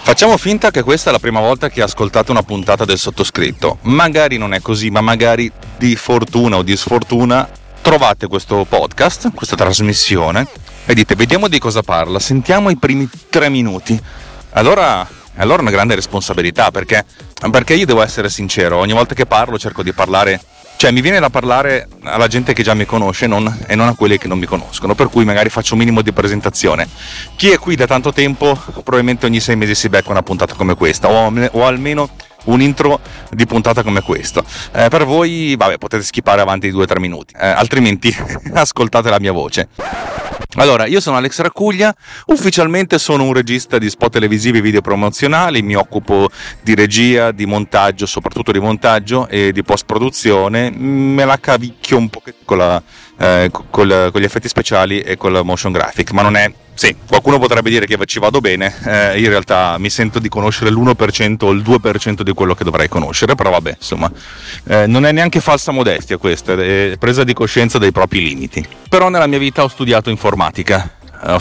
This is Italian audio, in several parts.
Facciamo finta che questa è la prima volta che ascoltate una puntata del sottoscritto. Magari non è così, ma magari di fortuna o di sfortuna trovate questo podcast, questa trasmissione, e dite vediamo di cosa parla, sentiamo i primi 3 minuti. Allora è una grande responsabilità, perché io devo essere sincero, ogni volta che parlo cerco di parlare, cioè mi viene da parlare alla gente che già mi conosce e non a quelli che non mi conoscono, per cui magari faccio un minimo di presentazione. Chi è qui da tanto tempo probabilmente ogni 6 mesi si becca una puntata come questa, o almeno un intro di puntata come questo. Per voi, potete skippare avanti di 2-3 minuti, altrimenti ascoltate la mia voce. Allora, io sono Alex Raccuglia, ufficialmente sono un regista di spot televisivi e video promozionali, mi occupo di regia, di montaggio, soprattutto di montaggio e di post-produzione, me la cavicchio un po' con gli effetti speciali e con la motion graphic, ma non è... Sì, qualcuno potrebbe dire che ci vado bene, in realtà mi sento di conoscere l'1% o il 2% di quello che dovrei conoscere, però vabbè, insomma, non è neanche falsa modestia questa, è presa di coscienza dei propri limiti. Però nella mia vita ho studiato informatica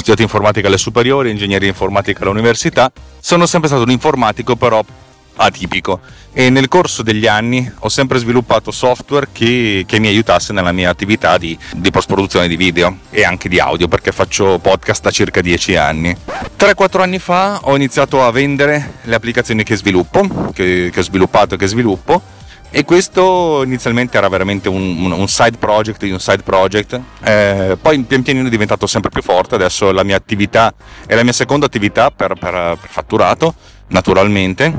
alle superiori, ingegneria informatica all'università, sono sempre stato un informatico però atipico, e nel corso degli anni ho sempre sviluppato software che mi aiutasse nella mia attività di post-produzione di video e anche di audio, perché faccio podcast da circa 10 anni. 3-4 anni fa ho iniziato a vendere le applicazioni che sviluppo, che ho sviluppato e che sviluppo, e questo inizialmente era veramente un side project, poi pian pianino è diventato sempre più forte. Adesso la mia attività è la mia seconda attività per fatturato, naturalmente,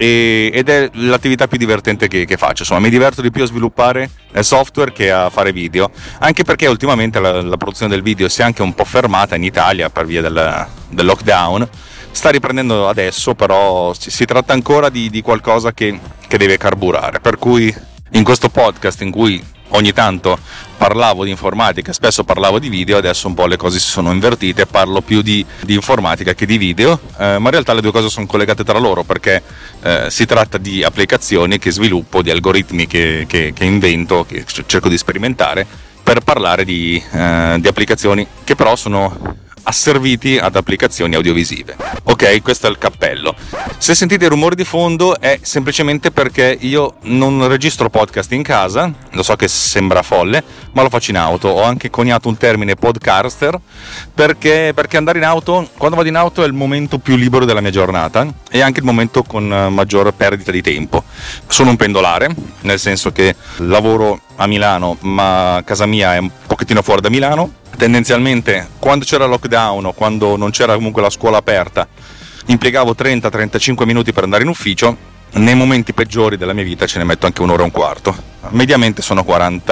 ed è l'attività più divertente che faccio. Insomma, mi diverto di più a sviluppare software che a fare video, anche perché ultimamente la produzione del video si è anche un po' fermata in Italia per via del lockdown. Sta riprendendo adesso, però si tratta ancora di qualcosa che deve carburare, per cui in questo podcast in cui ogni tanto parlavo di informatica, spesso parlavo di video, adesso un po' le cose si sono invertite, parlo più di informatica che di video, ma in realtà le due cose sono collegate tra loro, perché si tratta di applicazioni che sviluppo, di algoritmi che invento, che cerco di sperimentare per parlare di applicazioni che però sono asserviti ad applicazioni audiovisive. Ok, questo è il cappello. Se sentite rumori di fondo è semplicemente perché io non registro podcast in casa, lo so che sembra folle, ma lo faccio in auto. Ho anche coniato un termine podcaster perché andare in auto, quando vado in auto, è il momento più libero della mia giornata e anche il momento con maggior perdita di tempo. Sono un pendolare, nel senso che lavoro a Milano, ma casa mia è un pochettino fuori da Milano. Tendenzialmente, quando c'era lockdown o quando non c'era comunque la scuola aperta, impiegavo 30-35 minuti per andare in ufficio. Nei momenti peggiori della mia vita ce ne metto anche 1 ora e un quarto. Mediamente sono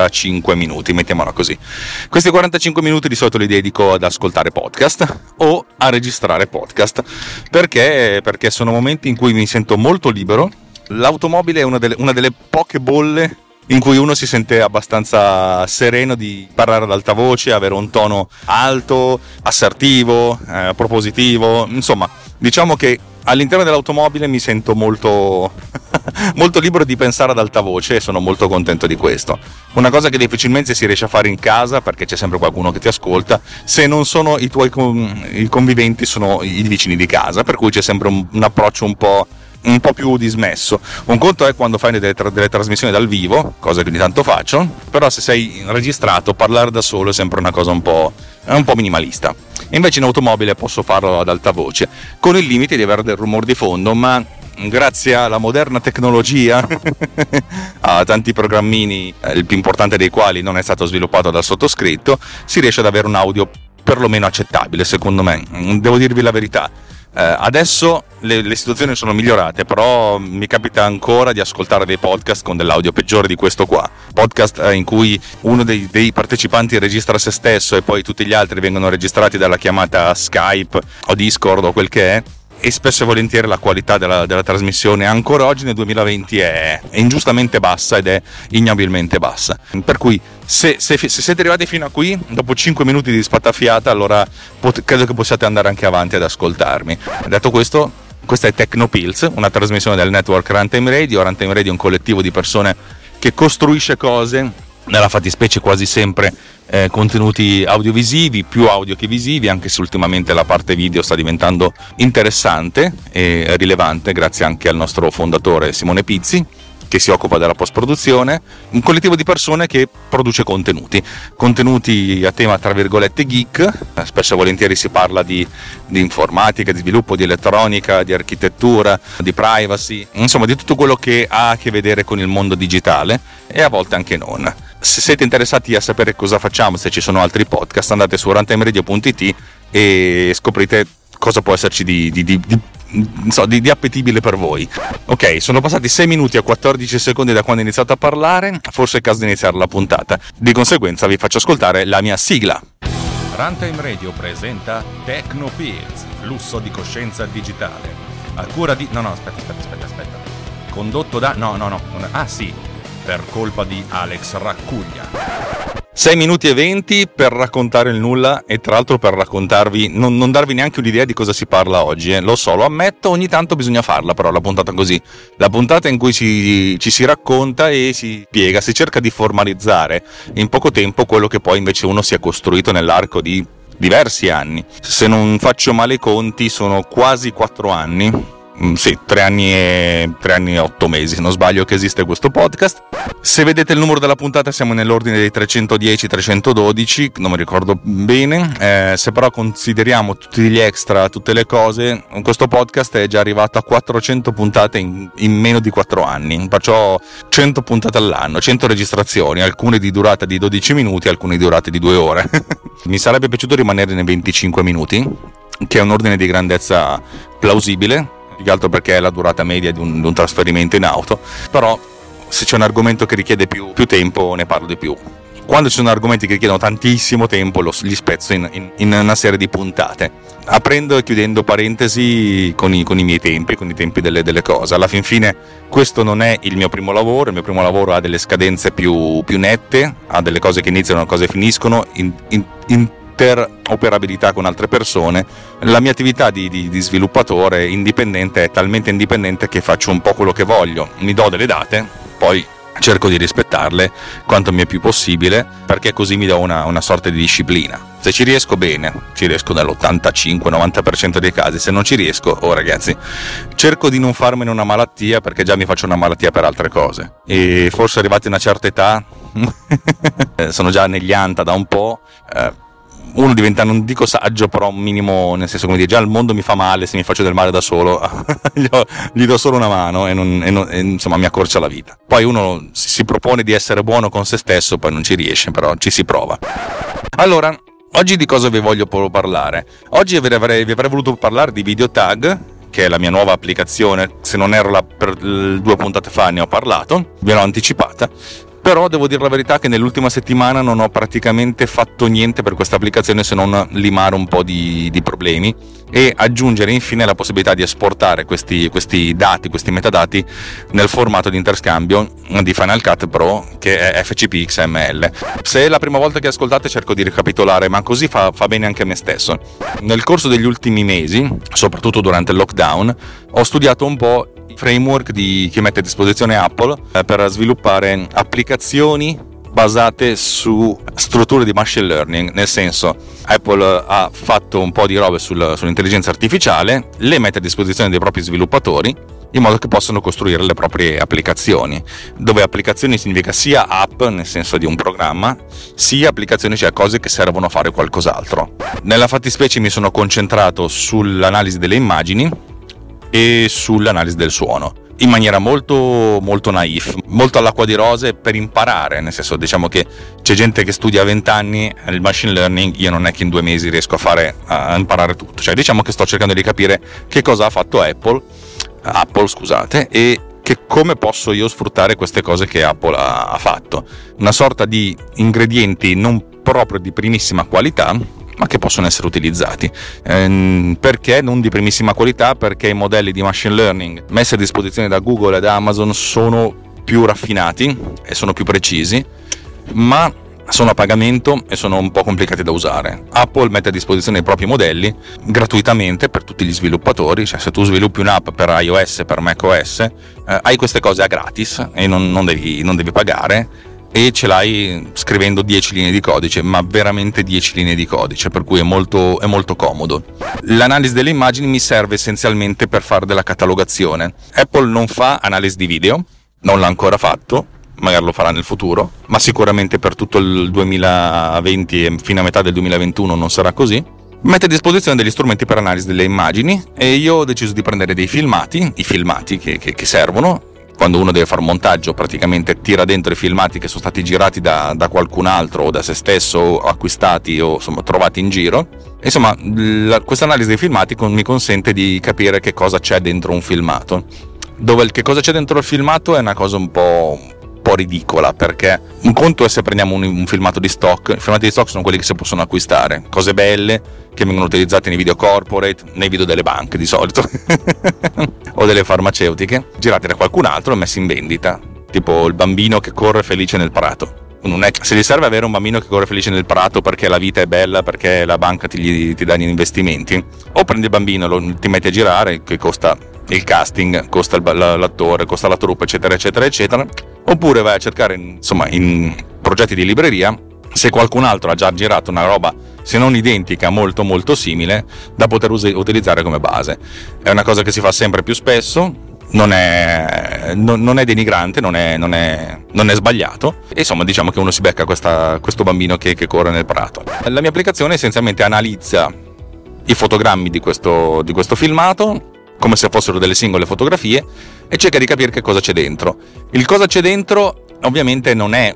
45 minuti, mettiamola così. Questi 45 minuti di solito li dedico ad ascoltare podcast o a registrare podcast, perché sono momenti in cui mi sento molto libero. L'automobile è una delle poche bolle in cui uno si sente abbastanza sereno di parlare ad alta voce, avere un tono alto, assertivo, propositivo. Insomma, diciamo che all'interno dell'automobile mi sento molto molto libero di pensare ad alta voce e sono molto contento di questo. Una cosa che difficilmente si riesce a fare in casa, perché c'è sempre qualcuno che ti ascolta. Se non sono i tuoi i conviventi, sono i vicini di casa, per cui c'è sempre un approccio un po' più dismesso. Un conto è quando fai delle trasmissioni dal vivo, cosa che ogni tanto faccio, però se sei registrato, parlare da solo è sempre una cosa un po' minimalista. Invece in automobile posso farlo ad alta voce, con il limite di avere del rumore di fondo, ma grazie alla moderna tecnologia, a tanti programmini, il più importante dei quali non è stato sviluppato dal sottoscritto, si riesce ad avere un audio perlomeno accettabile, secondo me. Devo dirvi la verità. Adesso le situazioni sono migliorate, però mi capita ancora di ascoltare dei podcast con dell'audio peggiore di questo qua. Podcast in cui uno dei partecipanti registra se stesso e poi tutti gli altri vengono registrati dalla chiamata Skype o Discord o quel che è. E spesso e volentieri la qualità della trasmissione ancora oggi nel 2020 è ingiustamente bassa ed è ignobilmente bassa. Per cui se siete arrivati fino a qui, dopo 5 minuti di spattafiata, allora credo che possiate andare anche avanti ad ascoltarmi. Detto questo, questa è Tecnopills, una trasmissione del network Runtime Radio. Runtime Radio è un collettivo di persone che costruisce cose nella fattispecie quasi sempre contenuti audiovisivi, più audio che visivi, anche se ultimamente la parte video sta diventando interessante e rilevante grazie anche al nostro fondatore Simone Pizzi, che si occupa della post-produzione, un collettivo di persone che produce contenuti a tema tra virgolette geek. Spesso e volentieri si parla di informatica, di sviluppo, di elettronica, di architettura, di privacy, insomma di tutto quello che ha a che vedere con il mondo digitale e a volte anche non. Se siete interessati a sapere cosa facciamo, se ci sono altri podcast, andate su runtimeradio.it e scoprite cosa può esserci di appetibile per voi. Ok, sono passati 6 minuti e 14 secondi da quando ho iniziato a parlare, forse è caso di iniziare la puntata. Di conseguenza vi faccio ascoltare la mia sigla. Runtime Radio presenta Techno Pills, flusso di coscienza digitale. A cura di... Aspetta. Condotto da... per colpa di Alex Raccuglia. 6 minuti e 20 per raccontare il nulla e tra l'altro per raccontarvi, non darvi neanche un'idea di cosa si parla oggi. Lo so, lo ammetto, ogni tanto bisogna farla però la puntata così. La puntata in cui ci si racconta e si spiega, si cerca di formalizzare in poco tempo quello che poi invece uno si è costruito nell'arco di diversi anni. Se non faccio male i conti sono quasi 4 anni. Sì, 3 anni e 8 mesi, se non sbaglio, che esiste questo podcast. Se vedete il numero della puntata siamo nell'ordine dei 310-312, non mi ricordo bene. Se però consideriamo tutti gli extra, tutte le cose, questo podcast è già arrivato a 400 puntate in meno di 4 anni, perciò 100 puntate all'anno, 100 registrazioni, alcune di durata di 12 minuti, alcune di durata di 2 ore. Mi sarebbe piaciuto rimanere nei 25 minuti, che è un ordine di grandezza plausibile, più che altro perché è la durata media di un trasferimento in auto, però se c'è un argomento che richiede più tempo ne parlo di più. Quando ci sono argomenti che richiedono tantissimo tempo li spezzo in una serie di puntate, aprendo e chiudendo parentesi con i miei tempi, con i tempi delle cose. Alla fin fine questo non è il mio primo lavoro ha delle scadenze più nette, ha delle cose che iniziano e cose che finiscono, interoperabilità con altre persone. La mia attività di sviluppatore indipendente è talmente indipendente che faccio un po' quello che voglio, mi do delle date, poi cerco di rispettarle quanto mi è più possibile, perché così mi do una sorta di disciplina. Se ci riesco bene, ci riesco nell'85-90% dei casi. Se non ci riesco, ragazzi, cerco di non farmene una malattia, perché già mi faccio una malattia per altre cose e forse arrivati a una certa età sono già negli anta da un po', uno diventa, non dico saggio, però un minimo, nel senso, come dire, già il mondo mi fa male se mi faccio del male da solo, gli do solo una mano e insomma mi accorcia la vita. Poi uno si propone di essere buono con se stesso, poi non ci riesce, però ci si prova. Allora, oggi di cosa vi voglio parlare? Oggi vi avrei voluto parlare di VideoTag, che è la mia nuova applicazione. Se non ero là per 2 puntate fa ne ho parlato, ve l'ho anticipata. Però devo dire la verità che nell'ultima settimana non ho praticamente fatto niente per questa applicazione se non limare un po' di problemi e aggiungere infine la possibilità di esportare questi dati, questi metadati nel formato di interscambio di Final Cut Pro, che è FCP XML. Se è la prima volta che ascoltate cerco di ricapitolare, ma così fa bene anche a me stesso. Nel corso degli ultimi mesi, soprattutto durante il lockdown, ho studiato un po' framework che mette a disposizione Apple per sviluppare applicazioni basate su strutture di machine learning. Nel senso, Apple ha fatto un po' di robe sull'intelligenza artificiale, le mette a disposizione dei propri sviluppatori in modo che possano costruire le proprie applicazioni, dove applicazioni significa sia app nel senso di un programma, sia applicazioni, cioè cose che servono a fare qualcos'altro. Nella fattispecie mi sono concentrato sull'analisi delle immagini e sull'analisi del suono, in maniera molto molto naif, molto all'acqua di rose, per imparare. Nel senso, diciamo che c'è gente che studia 20 anni il machine learning, io non è che in 2 mesi riesco a imparare tutto, cioè diciamo che sto cercando di capire che cosa ha fatto Apple, e che come posso io sfruttare queste cose che Apple ha fatto, una sorta di ingredienti non proprio di primissima qualità, ma che possono essere utilizzati. Perché non di primissima qualità? Perché i modelli di machine learning messi a disposizione da Google e da Amazon sono più raffinati e sono più precisi, ma sono a pagamento e sono un po' complicati da usare. Apple mette a disposizione i propri modelli gratuitamente per tutti gli sviluppatori, cioè se tu sviluppi un'app per iOS, per macOS, hai queste cose a gratis e non devi pagare. e ce l'hai scrivendo 10 linee di codice, ma veramente 10 linee di codice, per cui è molto comodo. L'analisi delle immagini mi serve essenzialmente per fare della catalogazione. Apple non fa analisi di video, non l'ha ancora fatto, magari lo farà nel futuro, ma sicuramente per tutto il 2020 e fino a metà del 2021 non sarà così. Mette a disposizione degli strumenti per analisi delle immagini e io ho deciso di prendere dei filmati, i filmati che servono. Quando uno deve fare montaggio, praticamente tira dentro i filmati che sono stati girati da qualcun altro o da se stesso, o acquistati o insomma trovati in giro. Insomma, questa analisi dei filmati mi consente di capire che cosa c'è dentro un filmato. Che cosa c'è dentro il filmato è una cosa un po' ridicola, perché un conto è se prendiamo un filmato di stock. I filmati di stock sono quelli che si possono acquistare, cose belle che vengono utilizzate nei video corporate, nei video delle banche di solito o delle farmaceutiche, girati da qualcun altro e messi in vendita, tipo il bambino che corre felice nel prato. Non è, se gli serve avere un bambino che corre felice nel prato perché la vita è bella, perché la banca ti dà gli investimenti, o prendi il bambino, ti metti a girare, che costa il casting, costa l'attore, costa la troupe, eccetera eccetera eccetera, oppure vai a cercare insomma in progetti di libreria se qualcun altro ha già girato una roba, se non identica, molto molto simile, da poter utilizzare come base. È una cosa che si fa sempre più spesso, non è denigrante, non è sbagliato, e insomma diciamo che uno si becca questo bambino che corre nel prato. La mia applicazione essenzialmente analizza i fotogrammi di questo filmato come se fossero delle singole fotografie e cerca di capire che cosa c'è dentro. Il cosa c'è dentro ovviamente non è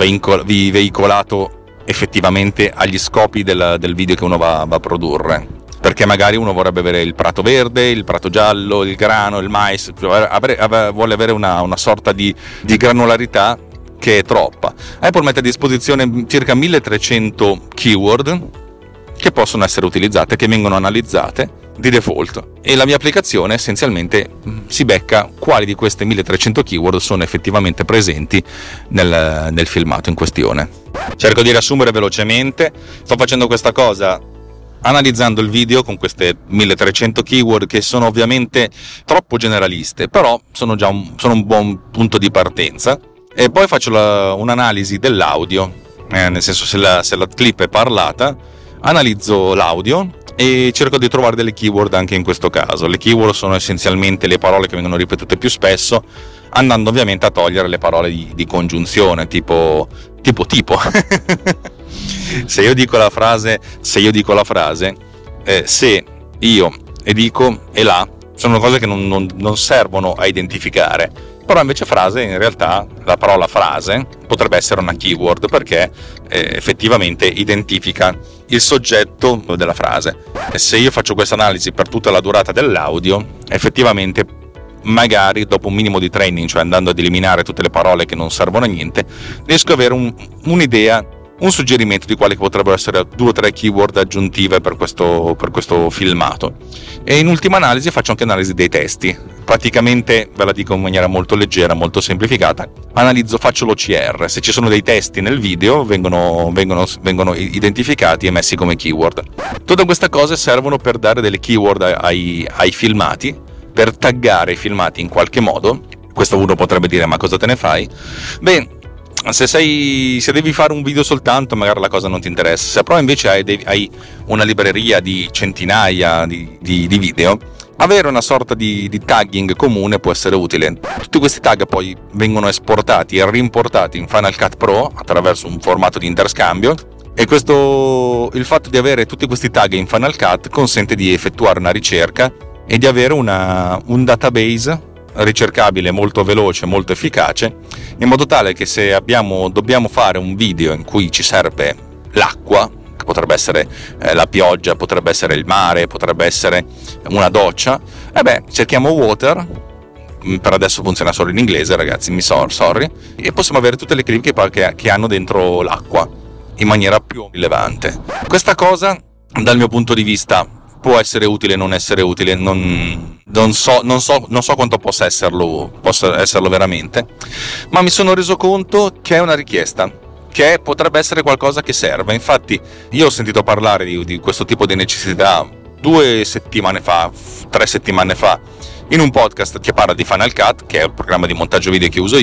veicolato effettivamente agli scopi del video che uno va a produrre, perché magari uno vorrebbe avere il prato verde, il prato giallo, il grano, il mais, vuole avere una sorta di granularità che è troppa. Apple mette a disposizione circa 1300 keyword che possono essere utilizzate, che vengono analizzate di default, e la mia applicazione essenzialmente si becca quali di queste 1300 keyword sono effettivamente presenti nel filmato in questione. Cerco di riassumere velocemente. Sto facendo questa cosa analizzando il video con queste 1300 keyword che sono ovviamente troppo generaliste, però sono un buon punto di partenza, e poi faccio un'analisi dell'audio, nel senso se la clip è parlata analizzo l'audio e cerco di trovare delle keyword anche in questo caso. Le keyword sono essenzialmente le parole che vengono ripetute più spesso, andando ovviamente a togliere le parole di congiunzione tipo se io dico la frase se, io e dico e là, sono cose che non servono a identificare. Però invece frase, in realtà la parola frase potrebbe essere una keyword, perché effettivamente identifica il soggetto della frase. E se io faccio questa analisi per tutta la durata dell'audio, effettivamente magari dopo un minimo di training, cioè andando ad eliminare tutte le parole che non servono a niente, riesco ad avere un'idea, un suggerimento di quali potrebbero essere 2 o 3 keyword aggiuntive per questo filmato. E in ultima analisi faccio anche analisi dei testi. Praticamente, ve la dico in maniera molto leggera, molto semplificata, faccio l'OCR. Se ci sono dei testi nel video vengono identificati e messi come keyword. Tutte queste cose servono per dare delle keyword ai filmati, per taggare i filmati in qualche modo. Questo uno potrebbe dire: ma cosa te ne fai? Beh, se devi fare un video soltanto, magari la cosa non ti interessa. Se però invece hai una libreria di centinaia di video, avere una sorta di tagging comune può essere utile. Tutti questi tag poi vengono esportati e rimportati in Final Cut Pro attraverso un formato di interscambio, e il fatto di avere tutti questi tag in Final Cut consente di effettuare una ricerca e di avere un database ricercabile molto veloce, molto efficace, in modo tale che se dobbiamo fare un video in cui ci serve l'acqua, che potrebbe essere la pioggia, potrebbe essere il mare, potrebbe essere una doccia, cerchiamo water. Per adesso funziona solo in inglese, ragazzi, sorry, e possiamo avere tutte le clip che hanno dentro l'acqua in maniera più rilevante. Questa cosa, dal mio punto di vista, può essere utile, non essere utile, non so quanto possa esserlo veramente, ma mi sono reso conto che è una richiesta, che potrebbe essere qualcosa che serve. Infatti io ho sentito parlare di questo tipo di necessità 3 settimane fa, in un podcast che parla di Final Cut, che è il programma di montaggio video che uso io,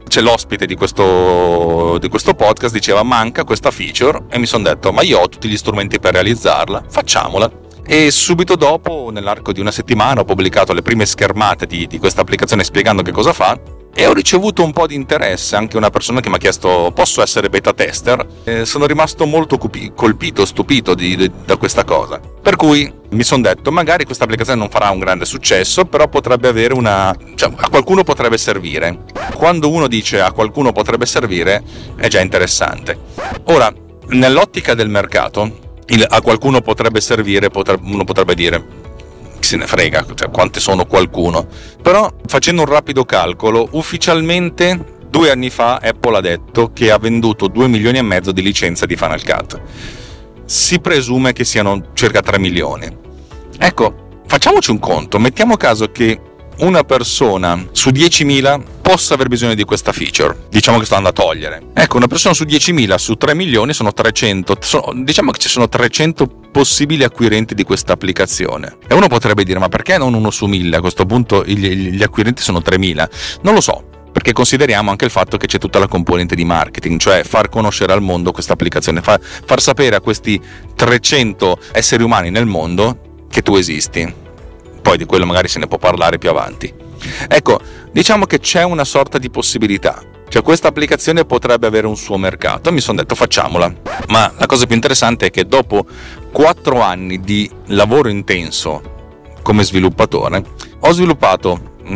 c'è l'ospite di questo podcast, diceva manca questa feature, e mi sono detto ma io ho tutti gli strumenti per realizzarla, facciamola. E subito dopo, nell'arco di una settimana, ho pubblicato le prime schermate di questa applicazione spiegando che cosa fa, e ho ricevuto un po' di interesse, anche una persona che mi ha chiesto posso essere beta tester, e sono rimasto molto colpito, stupito da questa cosa, per cui mi sono detto magari questa applicazione non farà un grande successo, però potrebbe avere a qualcuno potrebbe servire. Quando uno dice a qualcuno potrebbe servire è già interessante. Ora, nell'ottica del mercato, a qualcuno potrebbe servire, uno potrebbe dire se ne frega, cioè, quante sono qualcuno. Però facendo un rapido calcolo, ufficialmente 2 anni fa Apple ha detto che ha venduto 2,5 milioni di licenze di Final Cut. Si presume che siano circa 3 milioni. Ecco, facciamoci un conto, mettiamo caso che una persona su 10.000 possa aver bisogno di questa feature, diciamo che sto andando a togliere. Ecco, una persona su 10.000 su 3 milioni sono 300, diciamo che ci sono 300 possibili acquirenti di questa applicazione. E uno potrebbe dire ma perché non uno su 1.000? A questo punto gli acquirenti sono 3.000. Non lo so, perché consideriamo anche il fatto che c'è tutta la componente di marketing, cioè far conoscere al mondo questa applicazione, far sapere a questi 300 esseri umani nel mondo che tu esisti. Poi di quello magari se ne può parlare più avanti. Ecco, diciamo che c'è una sorta di possibilità, cioè questa applicazione potrebbe avere un suo mercato. Mi sono detto facciamola, ma la cosa più interessante è che dopo 4 anni di lavoro intenso come sviluppatore, ho sviluppato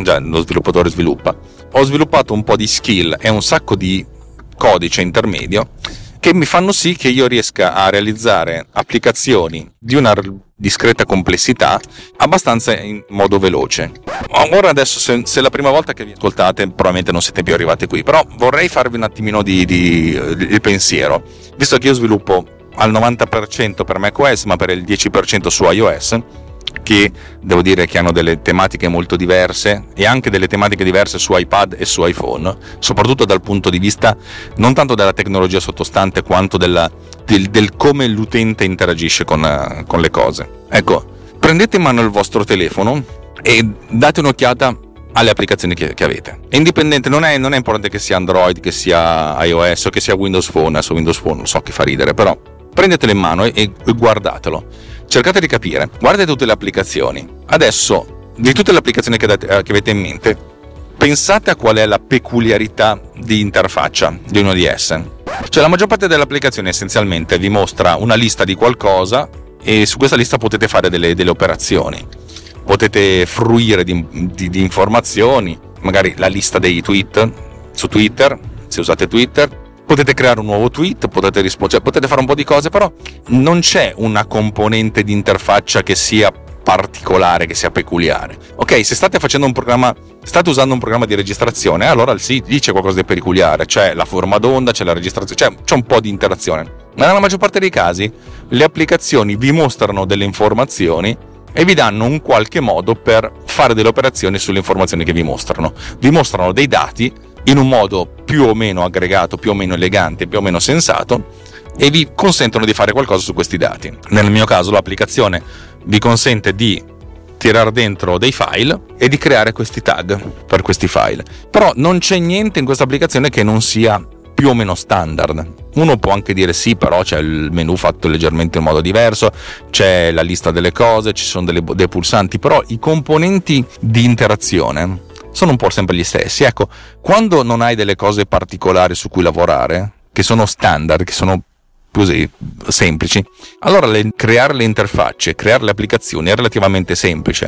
un po' di skill e un sacco di codice intermedio che mi fanno sì che io riesca a realizzare applicazioni di una discreta complessità abbastanza in modo veloce. Ora adesso se la prima volta che vi ascoltate probabilmente non siete più arrivati qui, però vorrei farvi un attimino il pensiero, visto che io sviluppo al 90% per macOS ma per il 10% su iOS, che devo dire che hanno delle tematiche molto diverse e anche delle tematiche diverse su iPad e su iPhone, soprattutto dal punto di vista non tanto della tecnologia sottostante quanto del come l'utente interagisce con le cose. Ecco, prendete in mano il vostro telefono e date un'occhiata alle applicazioni che avete. È indipendente, non è importante che sia Android, che sia iOS o che sia Windows Phone. Adesso Windows Phone lo so che fa ridere, però prendetelo in mano e guardatelo. Cercate di capire, guardate tutte le applicazioni. Adesso, di tutte le applicazioni che avete in mente, pensate a qual è la peculiarità di interfaccia di uno di esse. Cioè la maggior parte delle applicazioni essenzialmente vi mostra una lista di qualcosa e su questa lista potete fare delle operazioni. Potete fruire di informazioni, magari la lista dei tweet su Twitter, se usate Twitter. Potete creare un nuovo tweet, potete rispondere, potete fare un po' di cose, però non c'è una componente di interfaccia che sia particolare, che sia peculiare. Ok, se state usando un programma di registrazione, allora sì, lì c'è qualcosa di peculiare, c'è la forma d'onda, c'è la registrazione, c'è un po' di interazione. Ma nella maggior parte dei casi le applicazioni vi mostrano delle informazioni e vi danno un qualche modo per fare delle operazioni sulle informazioni che vi mostrano. Vi mostrano dei dati in un modo più o meno aggregato, più o meno elegante, più o meno sensato, e vi consentono di fare qualcosa su questi dati. Nel mio caso l'applicazione vi consente di tirare dentro dei file e di creare questi tag per questi file. Però non c'è niente in questa applicazione che non sia più o meno standard. Uno può anche dire sì, però c'è il menu fatto leggermente in modo diverso, c'è la lista delle cose, ci sono dei pulsanti, però i componenti di interazione sono un po' sempre gli stessi. Ecco, quando non hai delle cose particolari su cui lavorare, che sono standard, che sono così semplici, allora creare le interfacce, creare le applicazioni è relativamente semplice,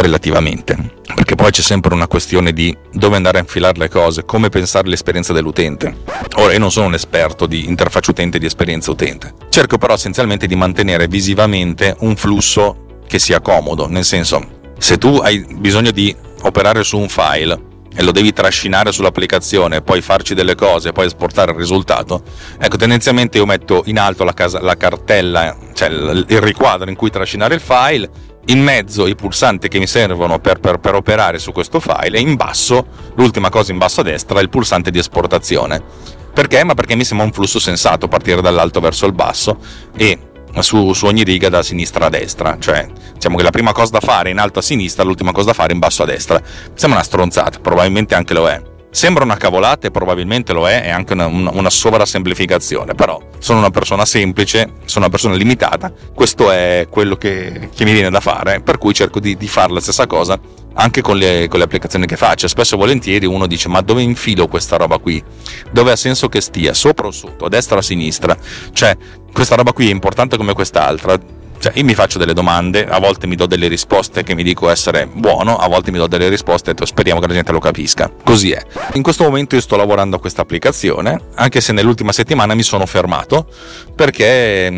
perché poi c'è sempre una questione di dove andare a infilare le cose, come pensare l'esperienza dell'utente. Ora, io non sono un esperto di interfaccia utente e di esperienza utente, cerco però essenzialmente di mantenere visivamente un flusso che sia comodo, nel senso, se tu hai bisogno di operare su un file e lo devi trascinare sull'applicazione, poi farci delle cose e poi esportare il risultato, ecco, tendenzialmente io metto in alto la cartella, cioè il riquadro in cui trascinare il file, in mezzo i pulsanti che mi servono per operare su questo file, e in basso, l'ultima cosa in basso a destra, è il pulsante di esportazione. Perché? Ma perché mi sembra un flusso sensato partire dall'alto verso il basso e su ogni riga da sinistra a destra, cioè diciamo che la prima cosa da fare in alto a sinistra, l'ultima cosa da fare in basso a destra. Sembra una stronzata, probabilmente anche lo è, Sembra una cavolata e probabilmente lo è anche una sovrasemplificazione, però sono una persona semplice, sono una persona limitata, questo è quello che mi viene da fare, per cui cerco di fare la stessa cosa anche con le applicazioni che faccio. Spesso e volentieri uno dice: ma dove infilo questa roba qui? Dove ha senso che stia? Sopra o sotto? A destra o a sinistra? Cioè, questa roba qui è importante come quest'altra? Cioè, io mi faccio delle domande, a volte mi do delle risposte che mi dico essere buono, a volte mi do delle risposte e speriamo che la gente lo capisca. Così è. In questo momento io sto lavorando a questa applicazione, anche se nell'ultima settimana mi sono fermato, perché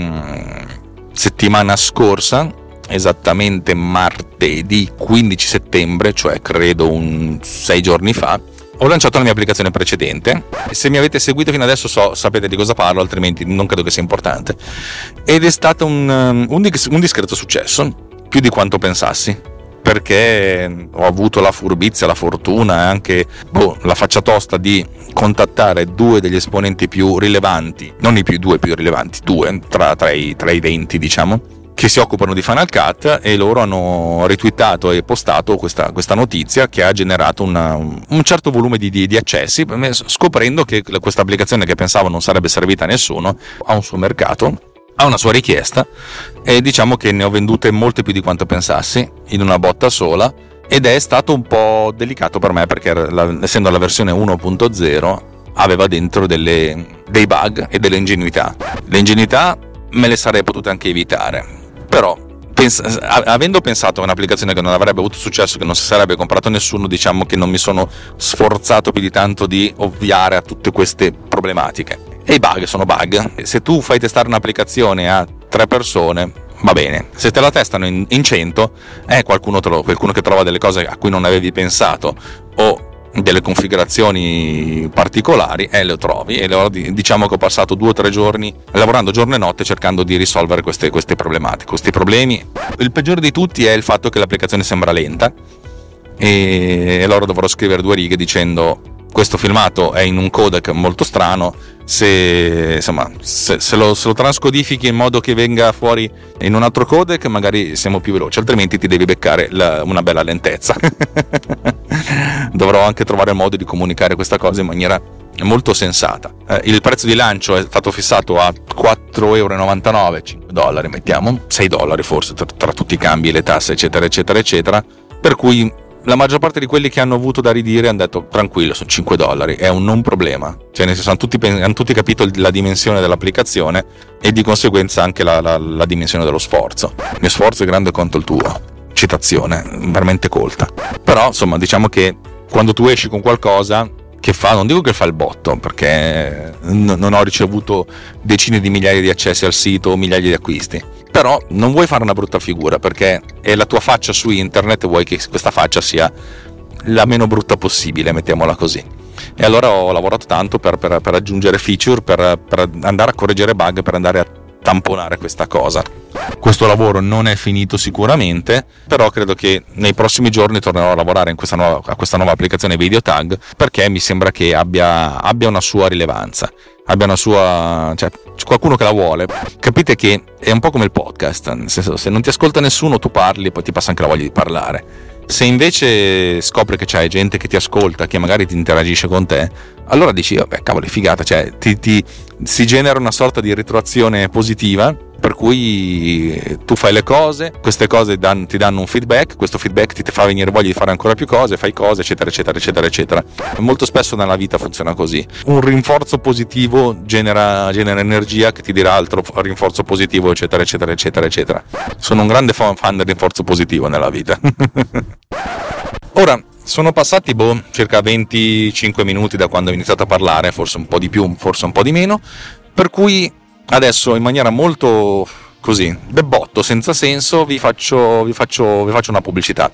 settimana scorsa, esattamente martedì 15 settembre, cioè credo 6 giorni fa, ho lanciato la mia applicazione precedente. Se mi avete seguito fino adesso sapete di cosa parlo, altrimenti non credo che sia importante. Ed è stato un discreto successo, più di quanto pensassi, perché ho avuto la furbizia, la fortuna e anche la faccia tosta di contattare 2 degli esponenti più rilevanti, non i due più rilevanti, 2 tra i 20, diciamo, che si occupano di Final Cut, e loro hanno retweetato e postato questa notizia che ha generato un certo volume di accessi, scoprendo che questa applicazione, che pensavo non sarebbe servita a nessuno, ha un suo mercato, ha una sua richiesta, e diciamo che ne ho vendute molte più di quanto pensassi in una botta sola, ed è stato un po' delicato per me perché essendo la versione 1.0 aveva dentro dei bug e delle ingenuità. Le ingenuità me le sarei potute anche evitare, però avendo pensato a un'applicazione che non avrebbe avuto successo, che non si sarebbe comprato nessuno, diciamo che non mi sono sforzato più di tanto di ovviare a tutte queste problematiche. E i bug sono bug. Se tu fai testare un'applicazione a 3 persone, va bene. Se te la testano in 100, qualcuno che trova delle cose a cui non avevi pensato o delle configurazioni particolari, le trovi. E diciamo che ho passato 2 o 3 giorni lavorando giorno e notte cercando di risolvere queste problematiche, questi problemi. Il peggiore di tutti è il fatto che l'applicazione sembra lenta, e allora dovrò scrivere 2 righe dicendo: questo filmato è in un codec molto strano, se lo trascodifichi in modo che venga fuori in un altro codec magari siamo più veloci, altrimenti ti devi beccare una bella lentezza. Dovrò anche trovare il modo di comunicare questa cosa in maniera molto sensata. Il prezzo di lancio è stato fissato a €4,99, $5 mettiamo, $6 forse tra tutti i cambi e le tasse eccetera eccetera eccetera, per cui la maggior parte di quelli che hanno avuto da ridire hanno detto: tranquillo, sono $5, è un non problema. Cioè, nel senso, hanno tutti capito la dimensione dell'applicazione e di conseguenza anche la dimensione dello sforzo. Il mio sforzo è grande quanto il tuo. Citazione veramente colta. Però insomma, diciamo che quando tu esci con qualcosa che non dico che fa il botto, perché non ho ricevuto decine di migliaia di accessi al sito o migliaia di acquisti, però non vuoi fare una brutta figura, perché è la tua faccia su internet, vuoi che questa faccia sia la meno brutta possibile, mettiamola così. E allora ho lavorato tanto per aggiungere feature, per andare a correggere bug, per andare a tamponare questa cosa. Questo lavoro non è finito sicuramente, però credo che nei prossimi giorni tornerò a lavorare a questa nuova applicazione Video Tag, perché mi sembra che abbia una sua rilevanza, abbia una sua, cioè qualcuno che la vuole. Capite che è un po' come il podcast, nel senso, se non ti ascolta nessuno tu parli e poi ti passa anche la voglia di parlare. Se invece scopri che c'hai gente che ti ascolta, che magari ti interagisce con te, allora dici: vabbè, cavolo, è figata, cioè si genera una sorta di retroazione positiva, per cui tu fai le cose, queste cose ti danno un feedback, questo feedback ti fa venire voglia di fare ancora più cose, fai cose eccetera eccetera eccetera eccetera. E molto spesso nella vita funziona così: un rinforzo positivo genera energia che ti dirà altro rinforzo positivo eccetera eccetera eccetera eccetera. Sono un grande fan del rinforzo positivo nella vita. Ora, sono passati circa 25 minuti da quando ho iniziato a parlare, forse un po' di più, forse un po' di meno, per cui adesso in maniera molto così debotto, senza senso, vi faccio una pubblicità.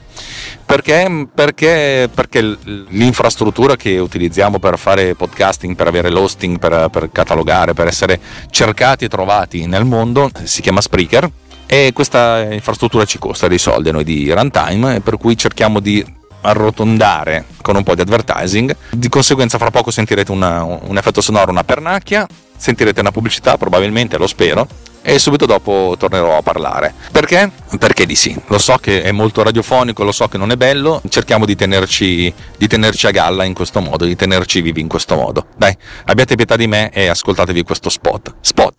Perché l'infrastruttura che utilizziamo per fare podcasting, per avere l'hosting, per catalogare, per essere cercati e trovati nel mondo, si chiama Spreaker, e questa infrastruttura ci costa dei soldi a noi di Runtime, e per cui cerchiamo di arrotondare con un po' di advertising. Di conseguenza fra poco sentirete un effetto sonoro, una pernacchia, sentirete una pubblicità probabilmente, lo spero, e subito dopo tornerò a parlare. Perché? Perché di sì. Lo so che è molto radiofonico, lo so che non è bello, cerchiamo di tenerci a galla in questo modo, di tenerci vivi in questo modo. Dai, abbiate pietà di me e ascoltatevi questo spot.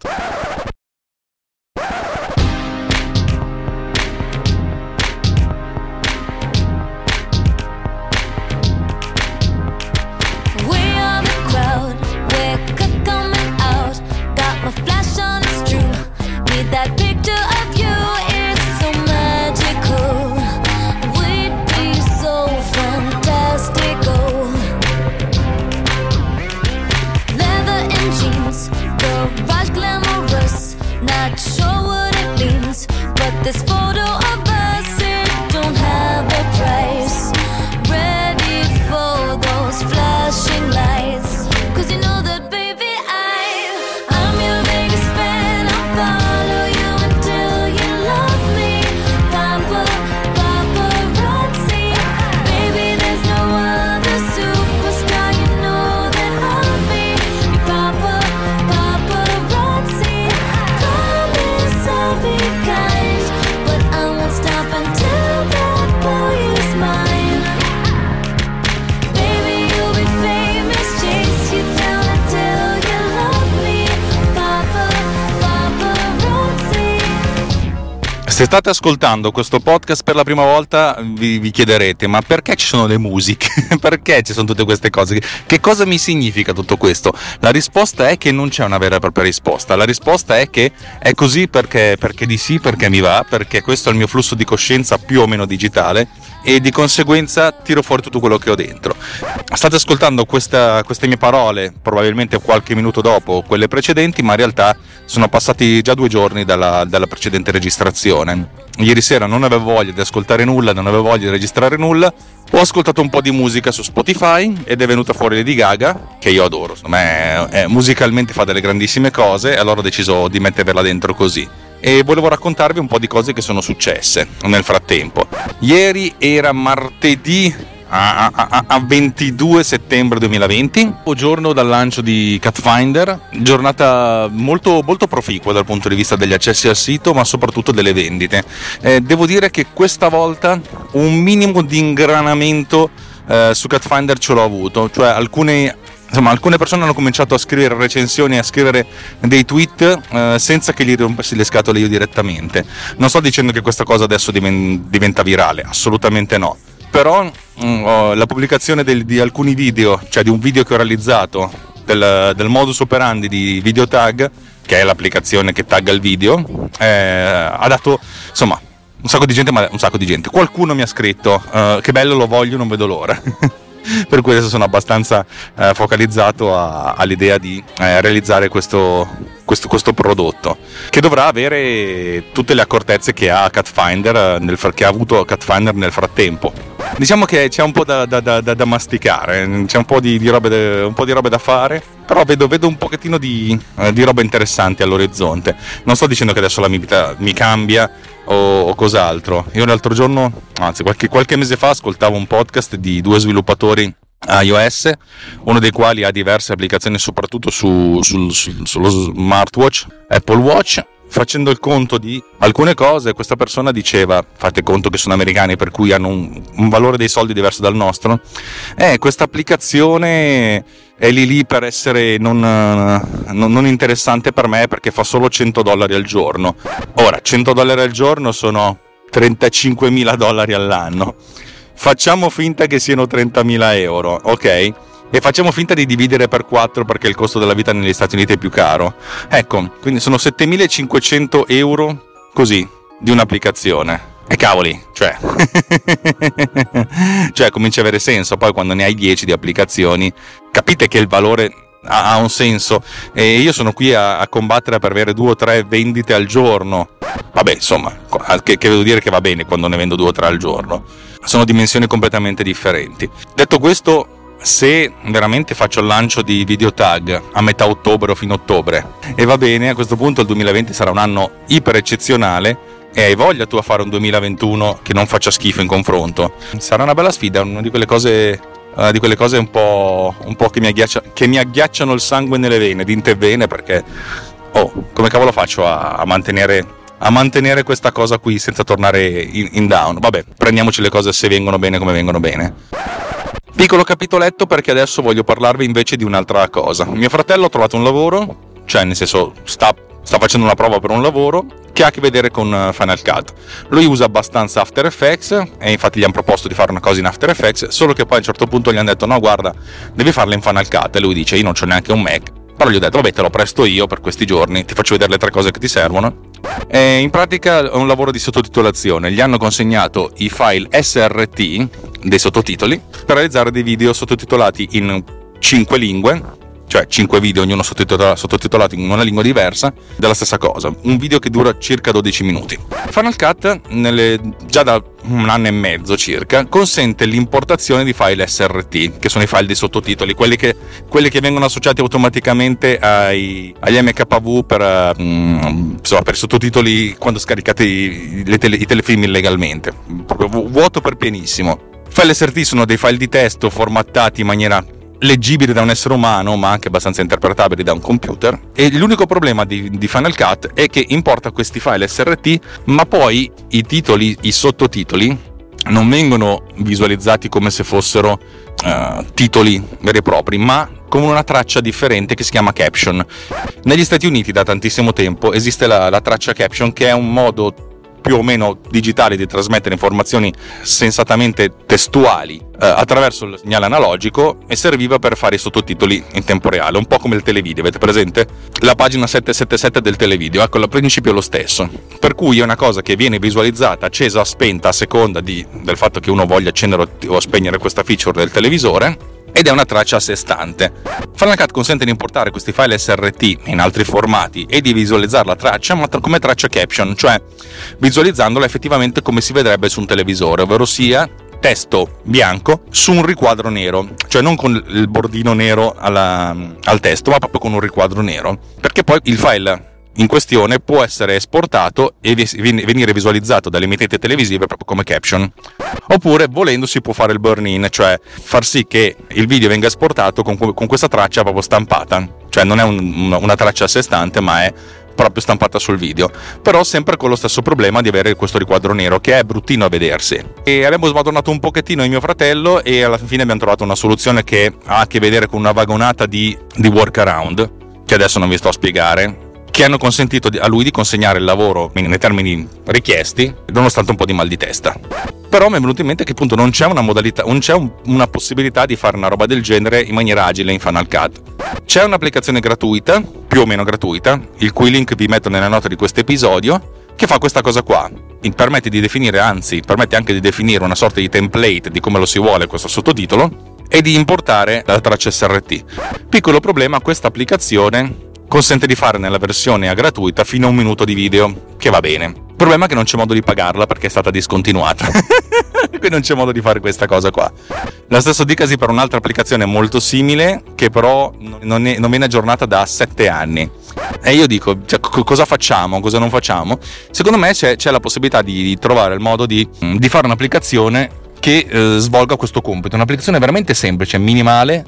That picture of you is so magical. We'd be so fantastical. Leather and jeans, garage glamorous. Not sure what it means, but this photo of us, it don't have a price. Ready for those flashing lights, 'cause you know that baby I'm your biggest fan. I'll follow you until you love me. Paparazzi, baby there's no other superstar. You know that I'll be your paparazzi. Promise I'll be kind, but I won't stop until that boy is mine. Baby you'll be famous, chase you down until you love me. Paparazzi. Se state ascoltando questo podcast per la prima volta vi chiederete: ma perché ci sono le musiche? Perché ci sono tutte queste cose? Che cosa mi significa tutto questo? La risposta è che non c'è una vera e propria risposta. La risposta è che è così perché di sì, perché mi va, perché questo è il mio flusso di coscienza più o meno digitale e di conseguenza tiro fuori tutto quello che ho dentro. State ascoltando queste mie parole probabilmente qualche minuto dopo quelle precedenti, ma in realtà sono passati già 2 giorni dalla precedente registrazione. Ieri sera non avevo voglia di ascoltare nulla, non avevo voglia di registrare nulla, ho ascoltato un po' di musica su Spotify ed è venuta fuori Lady Gaga, che io adoro, secondo me musicalmente fa delle grandissime cose, e allora ho deciso di mettervela dentro così. E volevo raccontarvi un po' di cose che sono successe nel frattempo. Ieri era martedì a 22 settembre 2020, giorno dal lancio di Catfinder, giornata molto, molto proficua dal punto di vista degli accessi al sito, ma soprattutto delle vendite. Devo dire che questa volta un minimo di ingranamento su Catfinder ce l'ho avuto, cioè alcune persone hanno cominciato a scrivere recensioni, a scrivere dei tweet senza che gli rompessi le scatole io direttamente. Non sto dicendo che questa cosa adesso diventa virale, assolutamente no. Però la pubblicazione di alcuni video, cioè di un video che ho realizzato del modus operandi di Videotag, che è l'applicazione che tagga il video, ha dato insomma un sacco di gente. Qualcuno mi ha scritto che bello, lo voglio, non vedo l'ora. Per cui adesso sono abbastanza focalizzato all'idea di realizzare questo prodotto, che dovrà avere tutte le accortezze che ha Catfinder che ha avuto Catfinder nel frattempo. Diciamo che c'è un po' da masticare, c'è un po' di robe da fare, però vedo un pochettino di robe interessanti all'orizzonte. Non sto dicendo che adesso la mia vita mi cambia o cos'altro. Io l'altro giorno, anzi qualche mese fa, ascoltavo un podcast di 2 sviluppatori iOS, uno dei quali ha diverse applicazioni soprattutto sullo smartwatch Apple Watch. Facendo il conto di alcune cose, questa persona diceva, fate conto che sono americani per cui hanno un valore dei soldi diverso dal nostro, questa applicazione è lì per essere non interessante per me perché fa solo $100 al giorno. Ora, $100 al giorno sono $35.000 all'anno. Facciamo finta che siano 30.000 euro, ok? E facciamo finta di dividere per 4 perché il costo della vita negli Stati Uniti è più caro. Ecco, quindi sono 7.500 euro così, di un'applicazione. E cavoli, cioè comincia a avere senso. Poi quando ne hai 10 di applicazioni, capite che il valore ha un senso. E io sono qui a combattere per avere 2 o 3 vendite al giorno. Vabbè, insomma, che devo dire che va bene quando ne vendo 2 o 3 al giorno. Sono dimensioni completamente differenti. Detto questo, se veramente faccio il lancio di Videotag a metà ottobre o fine ottobre e va bene, a questo punto il 2020 sarà un anno iper eccezionale e hai voglia tu a fare un 2021 che non faccia schifo in confronto. Sarà una bella sfida, una di quelle cose un po' che mi agghiacciano il sangue nelle vene, dinte e vene, perché come cavolo faccio a mantenere questa cosa qui senza tornare in down? Vabbè, prendiamoci le cose se vengono bene come vengono bene. Piccolo capitoletto, perché adesso voglio parlarvi invece di un'altra cosa. Mio fratello ha trovato un lavoro, cioè nel senso sta facendo una prova per un lavoro che ha a che vedere con Final Cut. Lui usa abbastanza After Effects e infatti gli hanno proposto di fare una cosa in After Effects, solo che poi a un certo punto gli hanno detto no guarda, devi farla in Final Cut, e lui dice io non c'ho neanche un Mac, però gli ho detto vabbè te lo presto io per questi giorni, ti faccio vedere le 3 cose che ti servono. E in pratica è un lavoro di sottotitolazione, gli hanno consegnato i file SRT dei sottotitoli per realizzare dei video sottotitolati in 5 lingue, cioè 5 video ognuno sottotitolati in una lingua diversa della stessa cosa, un video che dura circa 12 minuti. Final Cut già da un anno e mezzo circa consente l'importazione di file SRT, che sono i file dei sottotitoli, quelli che vengono associati automaticamente agli MKV per i sottotitoli quando scaricate i telefilm illegalmente, proprio vuoto per pienissimo. File SRT sono dei file di testo formattati in maniera leggibili da un essere umano, ma anche abbastanza interpretabili da un computer, e l'unico problema di Final Cut è che importa questi file SRT, ma poi i sottotitoli non vengono visualizzati come se fossero titoli veri e propri, ma con una traccia differente che si chiama caption. Negli Stati Uniti da tantissimo tempo esiste la traccia caption, che è un modo più o meno digitale di trasmettere informazioni sensatamente testuali attraverso il segnale analogico, e serviva per fare i sottotitoli in tempo reale, un po' come il televideo. Avete presente la pagina 777 del televideo? Ecco, il principio è lo stesso, per cui è una cosa che viene visualizzata accesa o spenta a seconda del fatto che uno voglia accendere o spegnere questa feature del televisore, ed è una traccia a sé stante. Final Cut consente di importare questi file SRT in altri formati e di visualizzare la traccia, ma come traccia caption, cioè visualizzandola effettivamente come si vedrebbe su un televisore, ovvero sia testo bianco su un riquadro nero, cioè non con il bordino nero al testo, ma proprio con un riquadro nero, perché poi il file in questione può essere esportato e venire visualizzato dalle emittenti televisive proprio come caption. Oppure, volendo, si può fare il burn-in, cioè far sì che il video venga esportato con questa traccia proprio stampata, cioè non è una traccia a sé stante, ma è proprio stampata sul video, però sempre con lo stesso problema di avere questo riquadro nero che è bruttino a vedersi. E abbiamo smadonnato un pochettino il mio fratello e alla fine abbiamo trovato una soluzione che ha a che vedere con una vagonata di workaround che adesso non vi sto a spiegare, che hanno consentito a lui di consegnare il lavoro nei termini richiesti, nonostante un po' di mal di testa. Però mi è venuto in mente che appunto non c'è una modalità, non c'è una possibilità di fare una roba del genere in maniera agile in Final Cut. C'è un'applicazione gratuita, più o meno gratuita, il cui link vi metto nella nota di questo episodio, che fa questa cosa qua. Permette anche di definire una sorta di template di come lo si vuole questo sottotitolo e di importare la traccia SRT. Piccolo problema, questa applicazione consente di fare nella versione gratuita fino a 1 minuto di video, che va bene. Il problema è che non c'è modo di pagarla perché è stata discontinuata. Quindi non c'è modo di fare questa cosa qua. La stessa dicasi per un'altra applicazione molto simile, che però non viene aggiornata da 7 anni. E io dico, cioè, cosa facciamo, cosa non facciamo? Secondo me c'è la possibilità di trovare il modo di fare un'applicazione che svolga questo compito. Un'applicazione veramente semplice, minimal,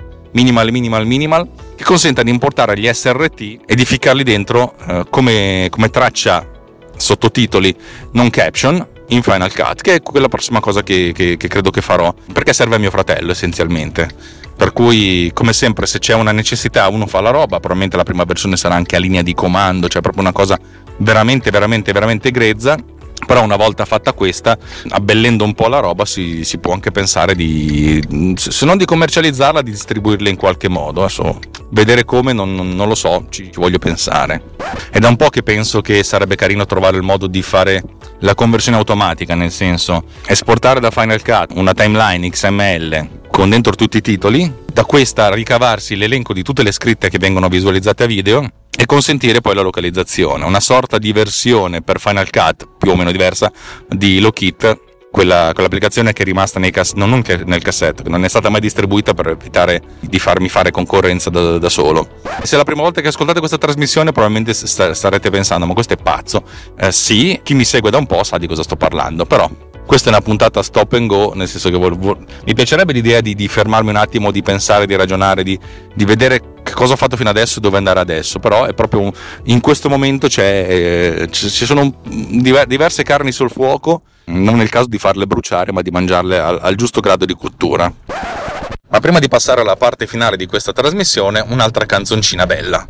che consenta di importare gli SRT e di ficcarli dentro come traccia sottotitoli non caption in Final Cut, che è quella prossima cosa che credo che farò, perché serve a mio fratello essenzialmente. Per cui, come sempre, se c'è una necessità uno fa la roba. Probabilmente la prima versione sarà anche a linea di comando, cioè proprio una cosa veramente grezza. Però una volta fatta questa, abbellendo un po' la roba, si può anche pensare se non di commercializzarla, di distribuirla in qualche modo. Adesso vedere come non lo so, ci voglio pensare. È da un po' che penso che sarebbe carino trovare il modo di fare la conversione automatica, nel senso esportare da Final Cut una timeline XML con dentro tutti i titoli, da questa ricavarsi l'elenco di tutte le scritte che vengono visualizzate a video e consentire poi la localizzazione, una sorta di versione per Final Cut più o meno diversa di Lockit, quell'applicazione che è rimasta nel cassetto, che non è stata mai distribuita per evitare di farmi fare concorrenza da solo. Se è la prima volta che ascoltate questa trasmissione, probabilmente starete pensando, ma questo è pazzo. Sì, chi mi segue da un po' sa di cosa sto parlando, però questa è una puntata stop and go, nel senso che mi piacerebbe l'idea di fermarmi un attimo, di pensare, di ragionare, di vedere che cosa ho fatto fino adesso e dove andare adesso, però è proprio in questo momento ci sono diverse carni sul fuoco, non è il caso di farle bruciare ma di mangiarle al giusto grado di cottura. Ma prima di passare alla parte finale di questa trasmissione, un'altra canzoncina bella.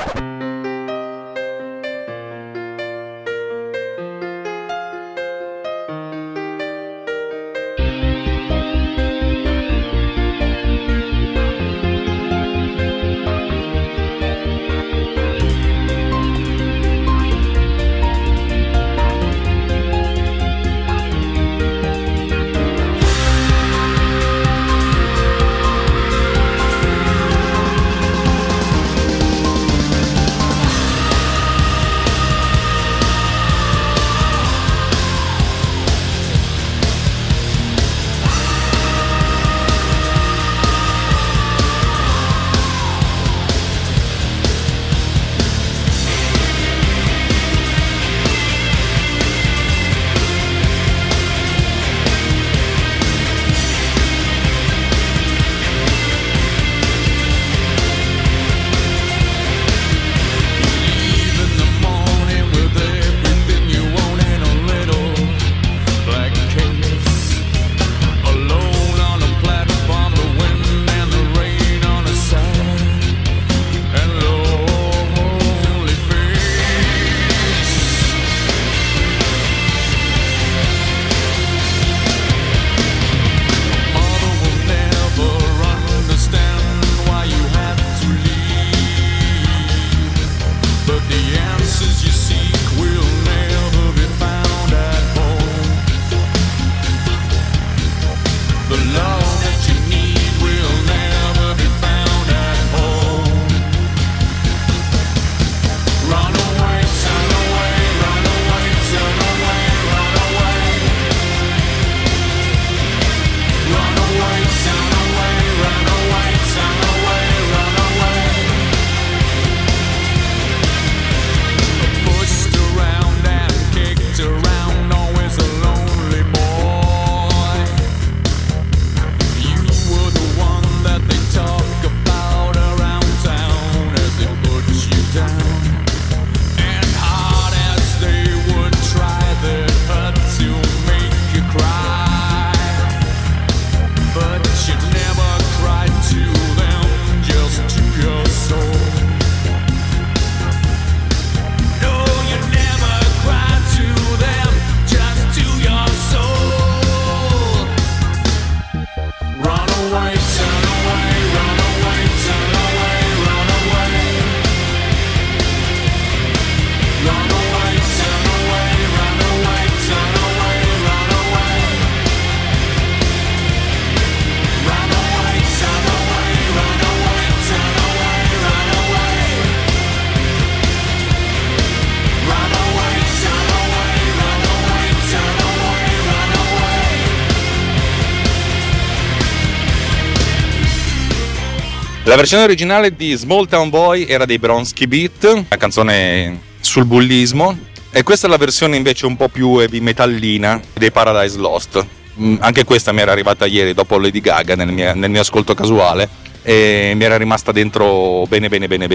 La versione originale di Small Town Boy era dei Bronski Beat, una canzone sul bullismo, e questa è la versione invece un po' più heavy metallina dei Paradise Lost. Anche questa mi era arrivata ieri dopo Lady Gaga nel mio ascolto casuale e mi era rimasta dentro bene.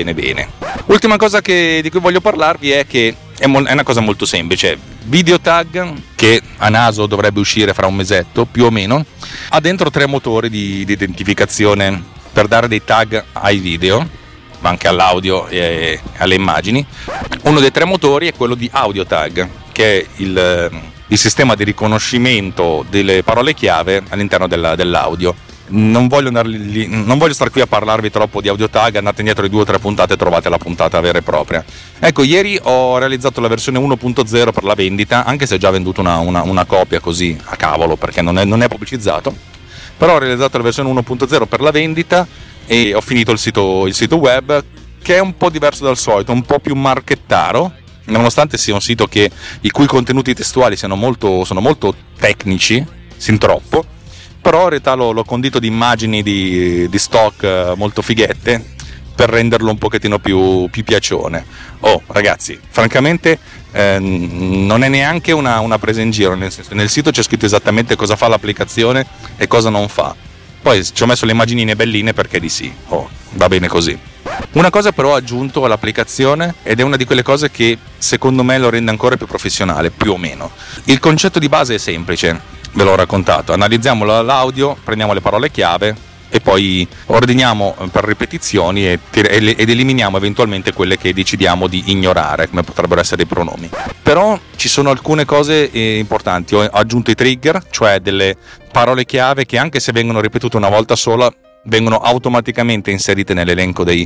Ultima cosa di cui voglio parlarvi è che è una cosa molto semplice. Videotag, che a naso dovrebbe uscire fra un mesetto più o meno, ha dentro 3 motori di identificazione per dare dei tag ai video, ma anche all'audio e alle immagini. Uno dei 3 motori è quello di AudioTag, che è il sistema di riconoscimento delle parole chiave all'interno dell'audio. Non voglio stare qui a parlarvi troppo di AudioTag, andate indietro di 2 o 3 puntate e trovate la puntata vera e propria. Ecco, ieri ho realizzato la versione 1.0 per la vendita, anche se ho già venduto una copia così a cavolo, perché non è pubblicizzato. Però ho realizzato la versione 1.0 per la vendita e ho finito il sito web, che è un po' diverso dal solito, un po' più marchettaro, nonostante sia un sito i cui contenuti testuali sono molto tecnici, sin troppo, però in realtà l'ho condito di immagini di stock molto fighette per renderlo un pochettino più piacione. Oh ragazzi, francamente non è neanche una presa in giro, nel senso, nel sito c'è scritto esattamente cosa fa l'applicazione e cosa non fa. Poi ci ho messo le immaginine belline perché di sì, va bene così. Una cosa però ho aggiunto all'applicazione, ed è una di quelle cose che secondo me lo rende ancora più professionale, più o meno. Il concetto di base è semplice, ve l'ho raccontato: analizziamo l'audio, prendiamo le parole chiave e poi ordiniamo per ripetizioni ed eliminiamo eventualmente quelle che decidiamo di ignorare, come potrebbero essere i pronomi. Però ci sono alcune cose importanti. Ho aggiunto i trigger, cioè delle parole chiave che, anche se vengono ripetute una volta sola, vengono automaticamente inserite nell'elenco dei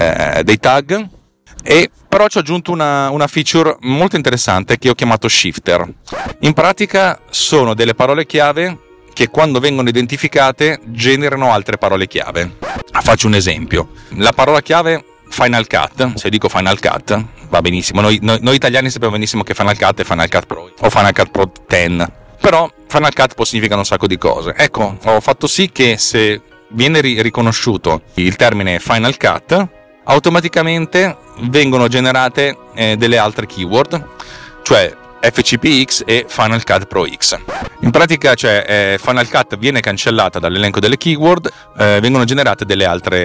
tag. E però ci ho aggiunto una feature molto interessante che ho chiamato shifter. In pratica sono delle parole chiave che, quando vengono identificate, generano altre parole chiave. Faccio un esempio: la parola chiave Final Cut. Se dico Final Cut va benissimo, noi italiani sappiamo benissimo che Final Cut è Final Cut Pro o Final Cut Pro 10, però Final Cut può significare un sacco di cose. Ecco, ho fatto sì che, se viene riconosciuto il termine Final Cut, automaticamente vengono generate delle altre keyword, cioè FCPX e Final Cut Pro X. In pratica, cioè, Final Cut viene cancellata dall'elenco delle keyword, vengono generate degli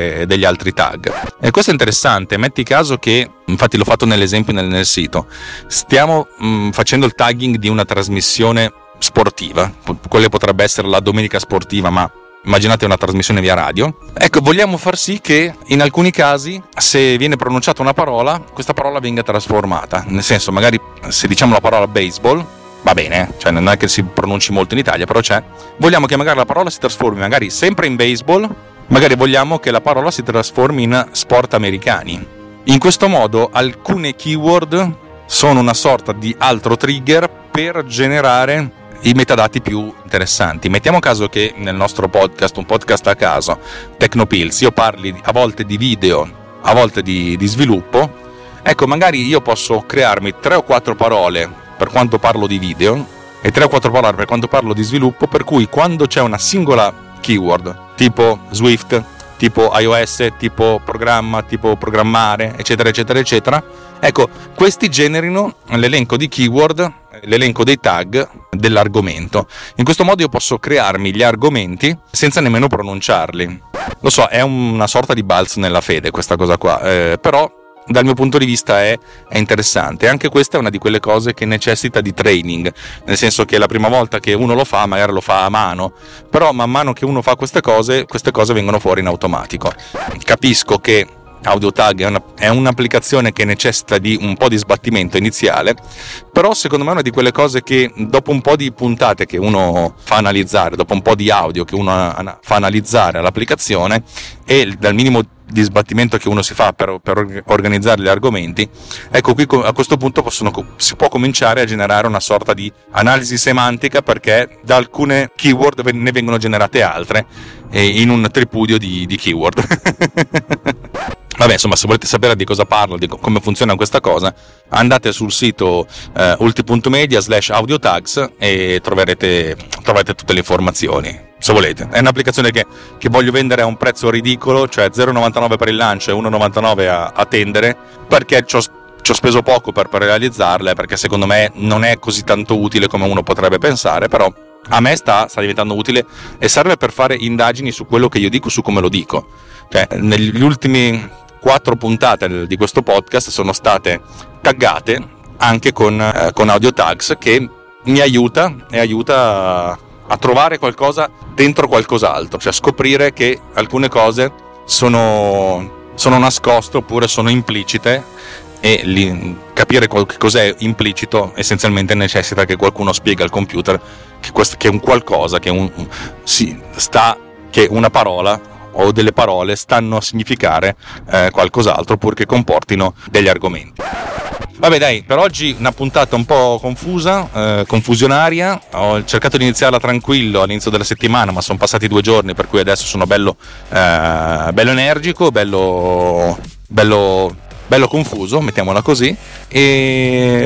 altri tag. E questo è interessante. Metti caso che, infatti l'ho fatto nell'esempio nel sito, stiamo facendo il tagging di una trasmissione sportiva, quella potrebbe essere la domenica sportiva, ma immaginate una trasmissione via radio. Ecco, vogliamo far sì che in alcuni casi, se viene pronunciata una parola, questa parola venga trasformata. Nel senso, magari se diciamo la parola baseball, va bene, cioè non è che si pronunci molto in Italia, però c'è. Vogliamo che magari la parola si trasformi magari sempre in baseball, magari vogliamo che la parola si trasformi in sport americani. In questo modo alcune keyword sono una sorta di altro trigger per generare i metadati più interessanti. Mettiamo caso che nel nostro podcast, un podcast a caso, Tecnopills, io parli a volte di video, a volte di sviluppo. Ecco, magari io posso crearmi 3 o 4 parole per quanto parlo di video e 3 o 4 parole per quanto parlo di sviluppo, per cui quando c'è una singola keyword tipo Swift, tipo iOS, tipo programma, tipo programmare, eccetera eccetera eccetera, ecco, questi generino l'elenco di keyword, l'elenco dei tag dell'argomento. In questo modo io posso crearmi gli argomenti senza nemmeno pronunciarli. Lo so, è una sorta di balzo nella fede questa cosa qua, però dal mio punto di vista è interessante. Anche questa è una di quelle cose che necessita di training, nel senso che la prima volta che uno lo fa magari lo fa a mano, però man mano che uno fa queste cose vengono fuori in automatico. Capisco che AudioTag è un'applicazione che necessita di un po' di sbattimento iniziale, però secondo me è una di quelle cose che, dopo un po' di puntate che uno fa analizzare, dopo un po' di audio che uno fa analizzare all'applicazione, e dal minimo di sbattimento che uno si fa per organizzare gli argomenti, ecco, qui a questo punto si può cominciare a generare una sorta di analisi semantica, perché da alcune keyword ne vengono generate altre, in un tripudio di keyword. Vabbè, insomma, se volete sapere di cosa parlo, di come funziona questa cosa, andate sul sito ulti.media/audiotags e trovate tutte le informazioni, se volete. È un'applicazione che voglio vendere a un prezzo ridicolo, cioè 0,99 per il lancio e 1,99 a tendere, perché ci ho speso poco per realizzarla, perché secondo me non è così tanto utile come uno potrebbe pensare, però a me sta diventando utile e serve per fare indagini su quello che io dico, su come lo dico. Cioè, negli ultimi 4 puntate di questo podcast sono state taggate anche con AudioTags, che mi aiuta a trovare qualcosa dentro qualcos'altro, cioè scoprire che alcune cose sono nascoste oppure sono implicite, e capire cos'è implicito essenzialmente necessita che qualcuno spiega al computer che è un qualcosa, che una parola o delle parole stanno a significare qualcos'altro, oppure che comportino degli argomenti. Vabbè, dai, per oggi una puntata un po' confusa, confusionaria. Ho cercato di iniziarla tranquillo all'inizio della settimana, ma sono passati 2 giorni, per cui adesso sono bello energico, bello confuso, mettiamola così, e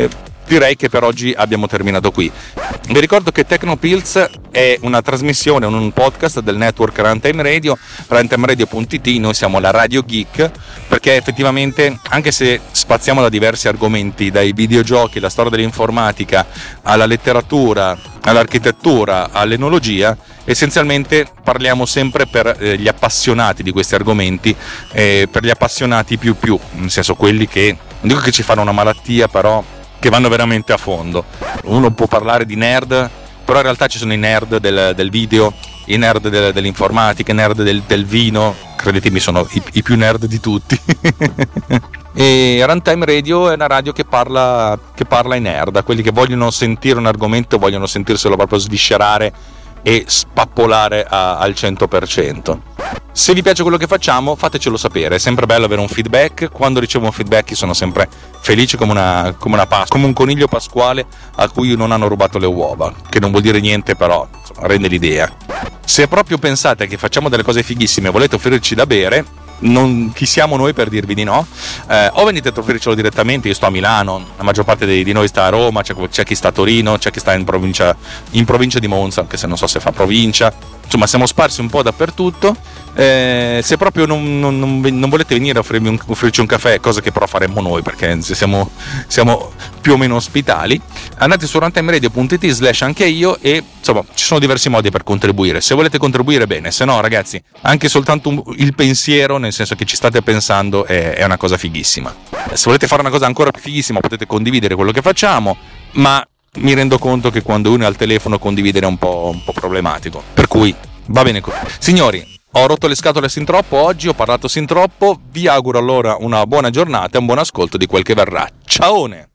direi che per oggi abbiamo terminato qui. Vi ricordo che Tecnopills è una trasmissione, un podcast del network Runtime Radio, runtimeradio.it. Noi siamo la Radio Geek, perché effettivamente, anche se spaziamo da diversi argomenti, dai videogiochi, la storia dell'informatica, alla letteratura, all'architettura, all'enologia, essenzialmente parliamo sempre per gli appassionati di questi argomenti, per gli appassionati più, nel senso quelli che, non dico che ci fanno una malattia, però che vanno veramente a fondo. Uno può parlare di nerd, però in realtà ci sono i nerd del video, i nerd dell'informatica, i nerd del vino, credetemi sono i più nerd di tutti. E Runtime Radio è una radio che parla ai nerd, a quelli che vogliono sentire un argomento, vogliono sentirselo proprio sviscerare e spappolare al 100%. Se vi piace quello che facciamo, fatecelo sapere, è sempre bello avere un feedback. Quando ricevo un feedback io sono sempre felice come un coniglio pasquale a cui non hanno rubato le uova, che non vuol dire niente, però insomma, rende l'idea. Se proprio pensate che facciamo delle cose fighissime e volete offrirci da bere, chi siamo noi per dirvi di no? O venite a offrircelo direttamente. Io sto a Milano, la maggior parte di noi sta a Roma, c'è chi sta a Torino, c'è chi sta in provincia di Monza, anche se non so se fa provincia, insomma siamo sparsi un po' dappertutto. Se proprio non volete venire a offrirci un caffè, cosa che però faremmo noi perché siamo più o meno ospitali, andate su runtimeradio.it anche io, e insomma ci sono diversi modi per contribuire. Se volete contribuire bene, se no ragazzi anche soltanto il pensiero, nel senso che ci state pensando, è una cosa fighissima. Se volete fare una cosa ancora più fighissima potete condividere quello che facciamo, ma mi rendo conto che quando uno è al telefono condividere è un po' problematico, per cui va bene così. Signori, ho rotto le scatole sin troppo oggi, ho parlato sin troppo, vi auguro allora una buona giornata e un buon ascolto di quel che verrà. Ciaone!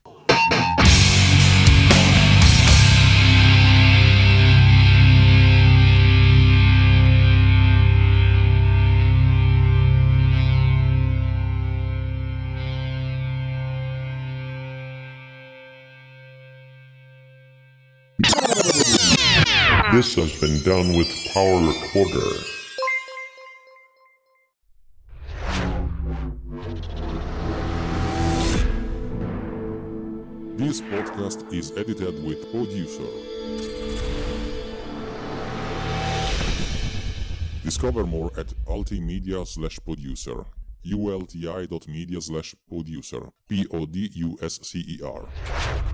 This has been done with Power Recorder. This podcast is edited with Producer. Discover more at ultimedia/producer. ulti.media/producer. PODUSCER.